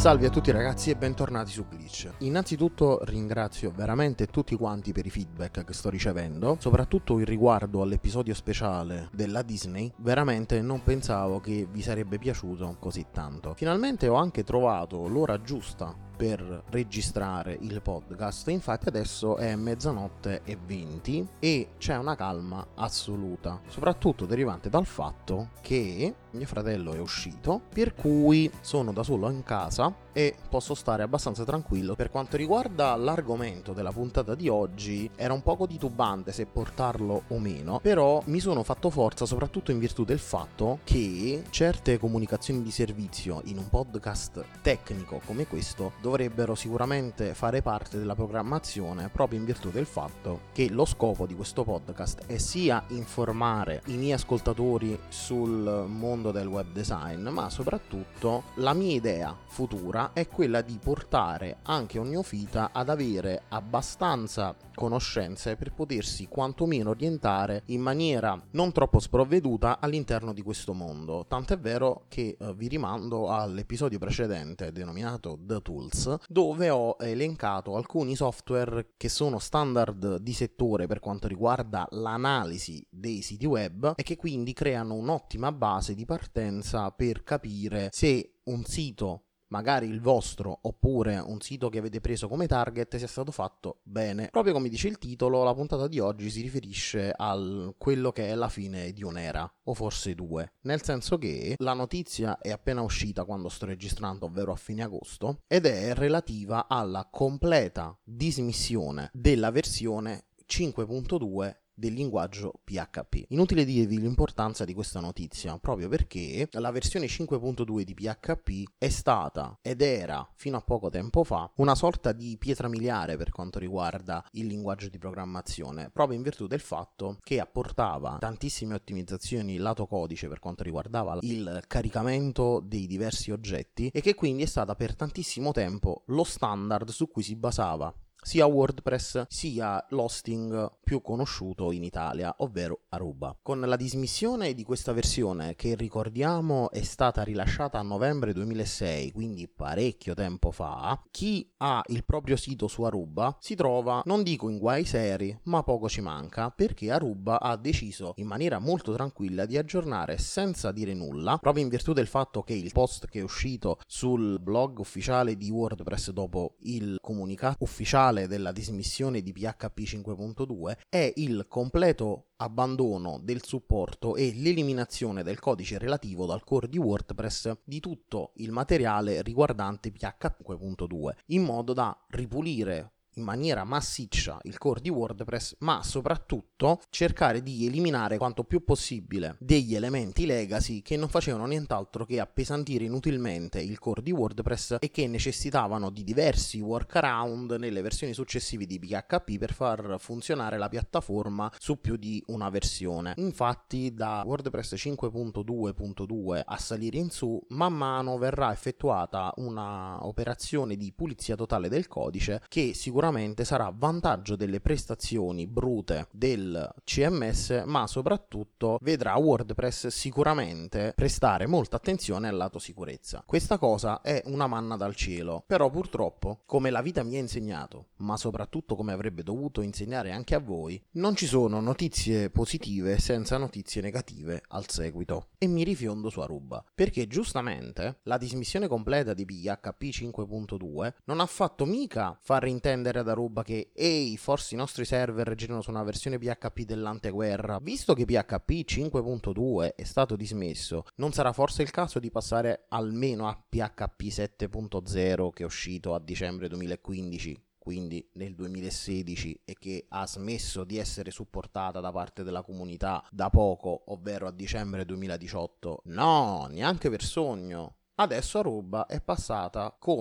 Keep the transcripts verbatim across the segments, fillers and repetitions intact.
Salve a tutti ragazzi e bentornati su Glitch. Innanzitutto ringrazio veramente tutti quanti per i feedback che sto ricevendo, soprattutto in riguardo all'episodio speciale della Disney. Veramente non pensavo che vi sarebbe piaciuto così tanto. Finalmente ho anche trovato l'ora giusta per registrare il podcast, infatti adesso è mezzanotte e venti e c'è una calma assoluta, soprattutto derivante dal fatto che mio fratello è uscito, per cui sono da solo in casa e posso stare abbastanza tranquillo. Per quanto riguarda l'argomento della puntata di oggi, era un poco titubante se portarlo o meno, però mi sono fatto forza soprattutto in virtù del fatto che certe comunicazioni di servizio in un podcast tecnico come questo dovrebbero sicuramente fare parte della programmazione, proprio in virtù del fatto che lo scopo di questo podcast è sia informare i miei ascoltatori sul mondo del web design, ma soprattutto la mia idea futura è quella di portare anche un neofita ad avere abbastanza conoscenze per potersi quantomeno orientare in maniera non troppo sprovveduta all'interno di questo mondo. Tant'è vero che eh, vi rimando all'episodio precedente denominato The Tools, dove ho elencato alcuni software che sono standard di settore per quanto riguarda l'analisi dei siti web e che quindi creano un'ottima base di partenza per capire se un sito, magari il vostro oppure un sito che avete preso come target, sia stato fatto bene. Proprio come dice il titolo, la puntata di oggi si riferisce a quello che è la fine di un'era, o forse due, nel senso che la notizia è appena uscita quando sto registrando, ovvero a fine agosto, ed è relativa alla completa dismissione della versione cinque punto due del linguaggio P H P. Inutile dirvi l'importanza di questa notizia, proprio perché la versione cinque punto due di P H P è stata ed era fino a poco tempo fa una sorta di pietra miliare per quanto riguarda il linguaggio di programmazione, proprio in virtù del fatto che apportava tantissime ottimizzazioni lato codice per quanto riguardava il caricamento dei diversi oggetti e che quindi è stata per tantissimo tempo lo standard su cui si basava sia WordPress sia l'hosting più conosciuto in Italia, ovvero Aruba. Con la dismissione di questa versione, che ricordiamo è stata rilasciata a novembre duemilasei, quindi parecchio tempo fa, chi ha il proprio sito su Aruba si trova, non dico in guai seri, ma poco ci manca, perché Aruba ha deciso in maniera molto tranquilla di aggiornare senza dire nulla, proprio in virtù del fatto che il post che è uscito sul blog ufficiale di WordPress dopo il comunicato ufficiale della dismissione di P H P cinque punto due è il completo abbandono del supporto e l'eliminazione del codice relativo dal core di WordPress di tutto il materiale riguardante P H P cinque punto due, in modo da ripulire in maniera massiccia il core di WordPress, ma soprattutto cercare di eliminare quanto più possibile degli elementi legacy che non facevano nient'altro che appesantire inutilmente il core di WordPress e che necessitavano di diversi workaround nelle versioni successive di P H P per far funzionare la piattaforma su più di una versione. Infatti da WordPress cinque punto due punto due a salire in su, man mano verrà effettuata una operazione di pulizia totale del codice che sicuramente Sicuramente sarà a vantaggio delle prestazioni brute del C M S, ma soprattutto vedrà WordPress sicuramente prestare molta attenzione al lato sicurezza. Questa cosa è una manna dal cielo, però purtroppo, come la vita mi ha insegnato, ma soprattutto come avrebbe dovuto insegnare anche a voi, non ci sono notizie positive senza notizie negative al seguito. E mi rifiondo su Aruba, perché giustamente la dismissione completa di P H P cinque punto due non ha fatto mica far intendere ad Aruba che ehi, forse i nostri server girano su una versione P H P dell'anteguerra. Visto che P H P cinque punto due è stato dismesso, non sarà forse il caso di passare almeno a P H P sette punto zero che è uscito a dicembre duemilaquindici, quindi nel duemilasedici, e che ha smesso di essere supportata da parte della comunità da poco, ovvero a dicembre duemiladiciotto? No, neanche per sogno. Adesso Aruba è passata come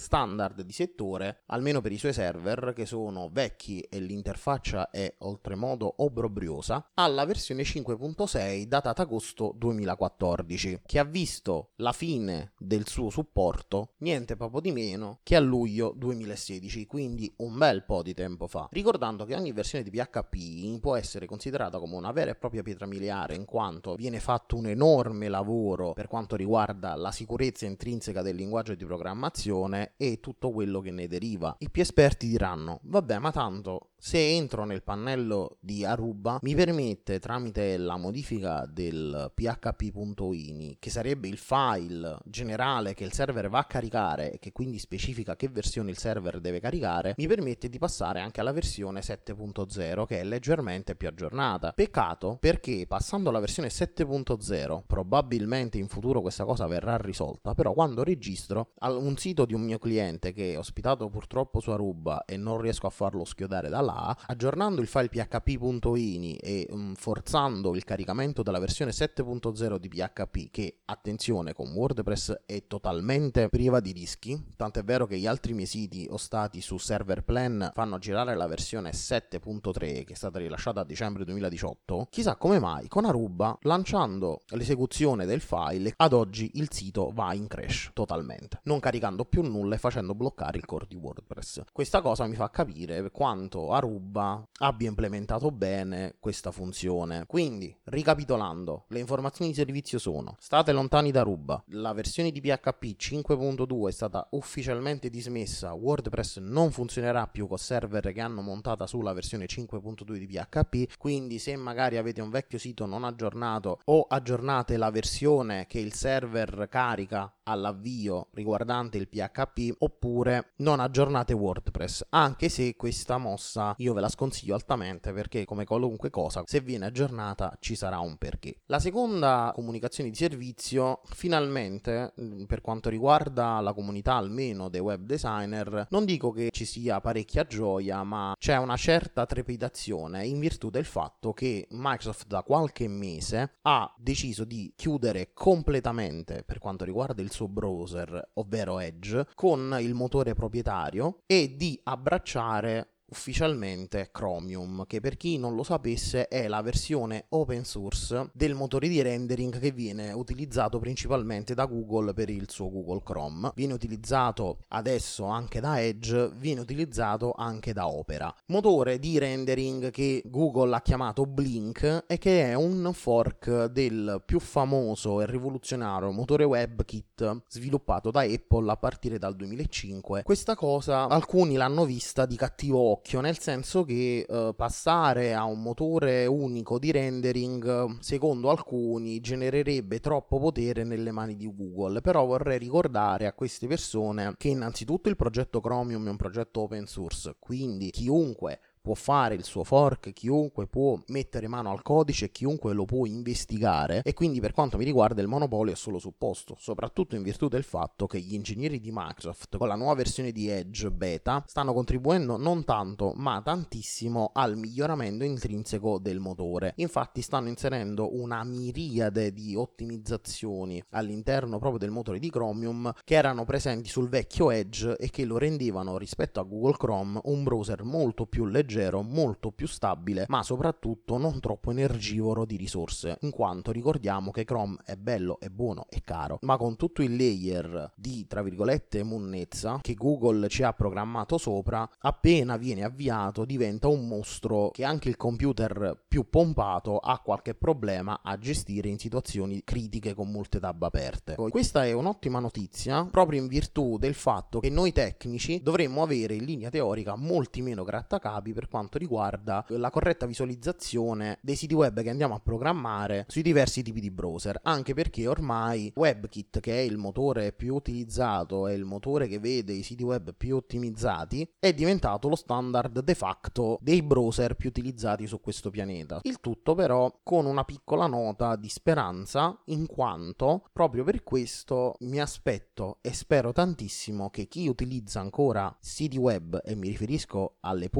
standard di settore, almeno per i suoi server che sono vecchi e l'interfaccia è oltremodo obbrobriosa, alla versione cinque punto sei datata agosto duemilaquattordici, che ha visto la fine del suo supporto niente poco di meno che a luglio duemilasedici, quindi un bel po' di tempo fa. Ricordando che ogni versione di P H P può essere considerata come una vera e propria pietra miliare, in quanto viene fatto un enorme lavoro per quanto riguarda la sicurezza intrinseca del linguaggio di programmazione e tutto quello che ne deriva. I più esperti diranno: vabbè, ma tanto se entro nel pannello di Aruba mi permette, tramite la modifica del php.ini, che sarebbe il file generale che il server va a caricare e che quindi specifica che versione il server deve caricare, mi permette di passare anche alla versione sette punto zero, che è leggermente più aggiornata. Peccato, perché passando alla versione sette punto zero, probabilmente in futuro questa cosa verrà risolta, però quando registro un sito di un mio cliente che è ospitato purtroppo su Aruba e non riesco a farlo schiodare da là, aggiornando il file php.ini e um, forzando il caricamento della versione sette punto zero di P H P, che attenzione, con WordPress è totalmente priva di rischi, tant'è vero che gli altri miei siti ostati su Server Plan fanno girare la versione sette punto tre, che è stata rilasciata a dicembre duemiladiciotto, chissà come mai con Aruba, lanciando l'esecuzione del file, ad oggi il sito va in crash totalmente, non caricando più nulla e facendo bloccare il core di WordPress. Questa cosa mi fa capire quanto Aruba abbia implementato bene questa funzione. Quindi, ricapitolando, le informazioni di servizio sono: state lontani da Aruba, la versione di P H P cinque punto due è stata ufficialmente dismessa, WordPress non funzionerà più con server che hanno montata sulla versione cinque punto due di P H P, quindi se magari avete un vecchio sito non aggiornato, o aggiornate la versione che il server carica all'avvio riguardante il P H P, oppure non aggiornate WordPress, anche se questa mossa io ve la sconsiglio altamente, perché come qualunque cosa, se viene aggiornata ci sarà un perché. La seconda comunicazione di servizio, finalmente, per quanto riguarda la comunità almeno dei web designer, non dico che ci sia parecchia gioia, ma c'è una certa trepidazione in virtù del fatto che Microsoft da qualche mese ha deciso di chiudere completamente, per quanto riguarda il suo browser, ovvero Edge, con il motore proprietario, e di abbracciare ufficialmente Chromium, che per chi non lo sapesse è la versione open source del motore di rendering che viene utilizzato principalmente da Google per il suo Google Chrome, viene utilizzato adesso anche da Edge, viene utilizzato anche da Opera. Motore di rendering che Google ha chiamato Blink e che è un fork del più famoso e rivoluzionario motore WebKit sviluppato da Apple a partire dal duemilacinque. Questa cosa alcuni l'hanno vista di cattivo occhio, nel senso che eh, passare a un motore unico di rendering, secondo alcuni, genererebbe troppo potere nelle mani di Google. Però vorrei ricordare a queste persone che innanzitutto il progetto Chromium è un progetto open source, quindi chiunque può fare il suo fork, chiunque può mettere mano al codice, chiunque lo può investigare, e quindi per quanto mi riguarda il monopolio è solo supposto, soprattutto in virtù del fatto che gli ingegneri di Microsoft con la nuova versione di Edge beta stanno contribuendo non tanto ma tantissimo al miglioramento intrinseco del motore. Infatti stanno inserendo una miriade di ottimizzazioni all'interno proprio del motore di Chromium che erano presenti sul vecchio Edge e che lo rendevano, rispetto a Google Chrome, un browser molto più leggero, molto più stabile, ma soprattutto non troppo energivoro di risorse, in quanto ricordiamo che Chrome è bello, è buono, è caro, ma con tutto il layer di, tra virgolette, monnezza che Google ci ha programmato sopra, appena viene avviato diventa un mostro che anche il computer più pompato ha qualche problema a gestire in situazioni critiche con molte tab aperte. Questa è un'ottima notizia proprio in virtù del fatto che noi tecnici dovremmo avere in linea teorica molti meno grattacapi per quanto riguarda la corretta visualizzazione dei siti web che andiamo a programmare sui diversi tipi di browser, anche perché ormai WebKit, che è il motore più utilizzato, è il motore che vede i siti web più ottimizzati, è diventato lo standard de facto dei browser più utilizzati su questo pianeta. Il tutto però con una piccola nota di speranza, in quanto proprio per questo mi aspetto e spero tantissimo che chi utilizza ancora siti web, e mi riferisco alle pubbliche amministrazioni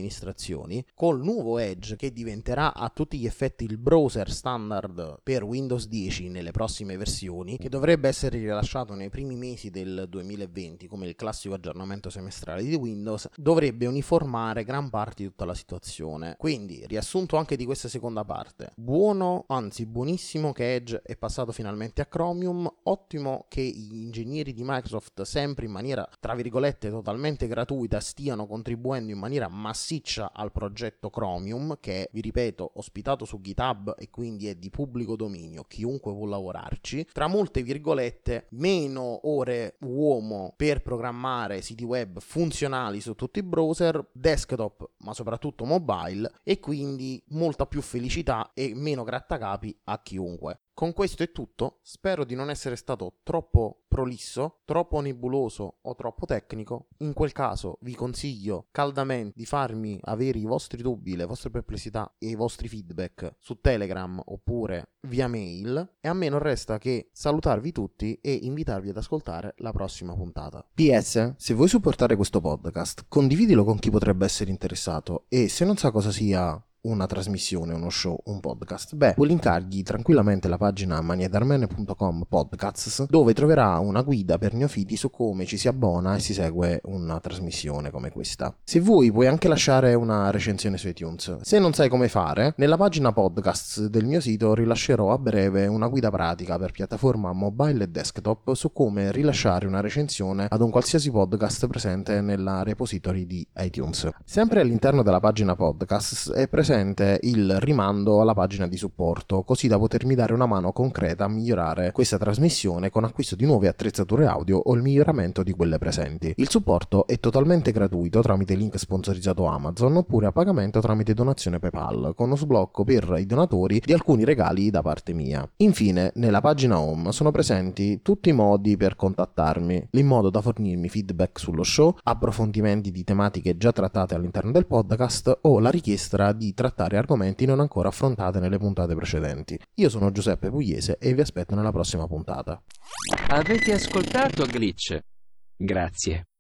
amministrazioni, col nuovo Edge che diventerà a tutti gli effetti il browser standard per Windows dieci nelle prossime versioni, che dovrebbe essere rilasciato nei primi mesi del duemilaventi come il classico aggiornamento semestrale di Windows, dovrebbe uniformare gran parte di tutta la situazione. Quindi, riassunto anche di questa seconda parte, buono, anzi buonissimo che Edge è passato finalmente a Chromium, ottimo che gli ingegneri di Microsoft, sempre in maniera tra virgolette totalmente gratuita, stiano contribuendo in maniera massiccia al progetto Chromium, che vi ripeto ospitato su GitHub e quindi è di pubblico dominio, chiunque vuol lavorarci, tra molte virgolette meno ore uomo per programmare siti web funzionali su tutti i browser, desktop ma soprattutto mobile, e quindi molta più felicità e meno grattacapi a chiunque. Con questo è tutto, spero di non essere stato troppo prolisso, troppo nebuloso o troppo tecnico. In quel caso vi consiglio caldamente di farmi avere i vostri dubbi, le vostre perplessità e i vostri feedback su Telegram oppure via mail, e a me non resta che salutarvi tutti e invitarvi ad ascoltare la prossima puntata. P S, se vuoi supportare questo podcast, condividilo con chi potrebbe essere interessato, e se non sa cosa sia una trasmissione, uno show, un podcast, beh, puoi linkargli tranquillamente la pagina magnetarmene punto com podcasts, dove troverà una guida per neofiti su come ci si abbona e si segue una trasmissione come questa. Se vuoi puoi anche lasciare una recensione su iTunes. Se non sai come fare, nella pagina podcasts del mio sito rilascerò a breve una guida pratica per piattaforma mobile e desktop su come rilasciare una recensione ad un qualsiasi podcast presente nella repository di iTunes. Sempre all'interno della pagina podcasts è presente il rimando alla pagina di supporto, così da potermi dare una mano concreta a migliorare questa trasmissione con acquisto di nuove attrezzature audio o il miglioramento di quelle presenti. Il supporto è totalmente gratuito tramite link sponsorizzato Amazon oppure a pagamento tramite donazione PayPal, con uno sblocco per i donatori di alcuni regali da parte mia. Infine, nella pagina home sono presenti tutti i modi per contattarmi, in modo da fornirmi feedback sullo show, approfondimenti di tematiche già trattate all'interno del podcast o la richiesta di trattare argomenti non ancora affrontati nelle puntate precedenti. Io sono Giuseppe Pugliese e vi aspetto nella prossima puntata. Avete ascoltato Glitch? Grazie.